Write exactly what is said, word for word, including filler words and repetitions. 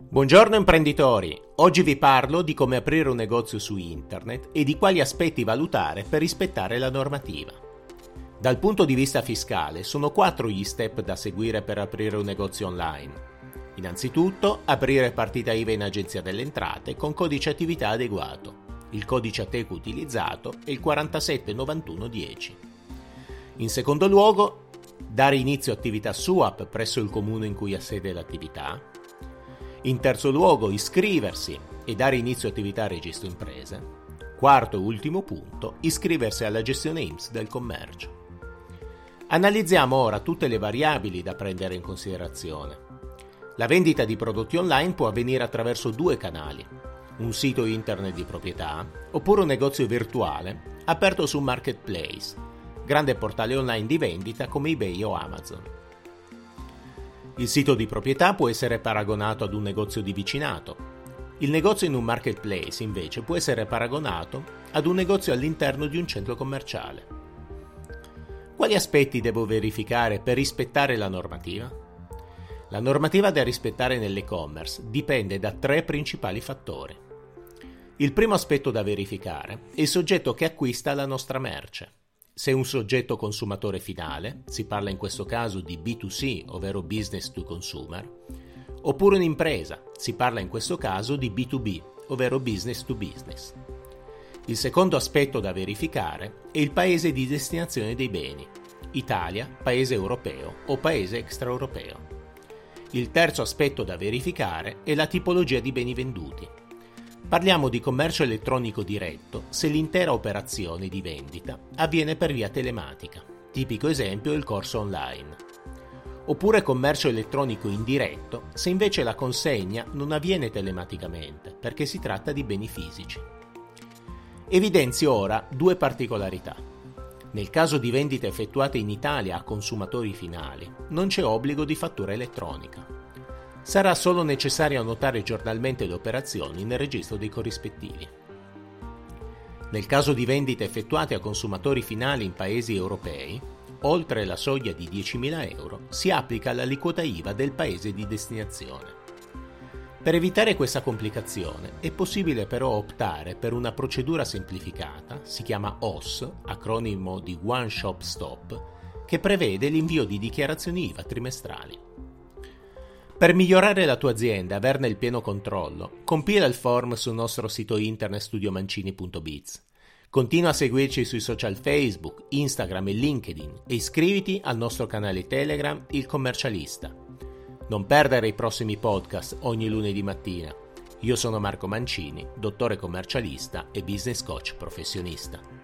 Buongiorno imprenditori, oggi vi parlo di come aprire un negozio su internet e di quali aspetti valutare per rispettare la normativa. Dal punto di vista fiscale sono quattro gli step da seguire per aprire un negozio online. Innanzitutto, aprire partita I V A in Agenzia delle Entrate con codice attività adeguato. Il codice Ateco utilizzato è il quarantasette novantuno dieci. In secondo luogo, dare inizio attività S U A P presso il comune in cui ha sede l'attività. In terzo luogo, iscriversi e dare inizio attività a registro imprese. Quarto e ultimo punto, iscriversi alla gestione I N P S del commercio. Analizziamo ora tutte le variabili da prendere in considerazione. La vendita di prodotti online può avvenire attraverso due canali, un sito internet di proprietà oppure un negozio virtuale aperto su un marketplace, grande portale online di vendita come eBay o Amazon. Il sito di proprietà può essere paragonato ad un negozio di vicinato. Il negozio in un marketplace, invece, può essere paragonato ad un negozio all'interno di un centro commerciale. Quali aspetti devo verificare per rispettare la normativa? La normativa da rispettare nell'e-commerce dipende da tre principali fattori. Il primo aspetto da verificare è il soggetto che acquista la nostra merce. Se è un soggetto consumatore finale, si parla in questo caso di B due C, ovvero business to consumer, oppure un'impresa, si parla in questo caso di B due B, ovvero business to business. Il secondo aspetto da verificare è il paese di destinazione dei beni, Italia, paese europeo o paese extraeuropeo. Il terzo aspetto da verificare è la tipologia di beni venduti. Parliamo di commercio elettronico diretto se l'intera operazione di vendita avviene per via telematica, tipico esempio il corso online. Oppure commercio elettronico indiretto se invece la consegna non avviene telematicamente perché si tratta di beni fisici. Evidenzio ora due particolarità. Nel caso di vendite effettuate in Italia a consumatori finali non c'è obbligo di fattura elettronica. Sarà solo necessario annotare giornalmente le operazioni nel registro dei corrispettivi. Nel caso di vendite effettuate a consumatori finali in paesi europei, oltre la soglia di diecimila euro, si applica l'aliquota I V A del paese di destinazione. Per evitare questa complicazione è possibile però optare per una procedura semplificata, si chiama O S, acronimo di One Shop Stop, che prevede l'invio di dichiarazioni I V A trimestrali. Per migliorare la tua azienda e averne il pieno controllo, compila il form sul nostro sito internet studio mancini punto biz. Continua a seguirci sui social Facebook, Instagram e LinkedIn e iscriviti al nostro canale Telegram Il Commercialista. Non perdere i prossimi podcast ogni lunedì mattina. Io sono Marco Mancini, dottore commercialista e business coach professionista.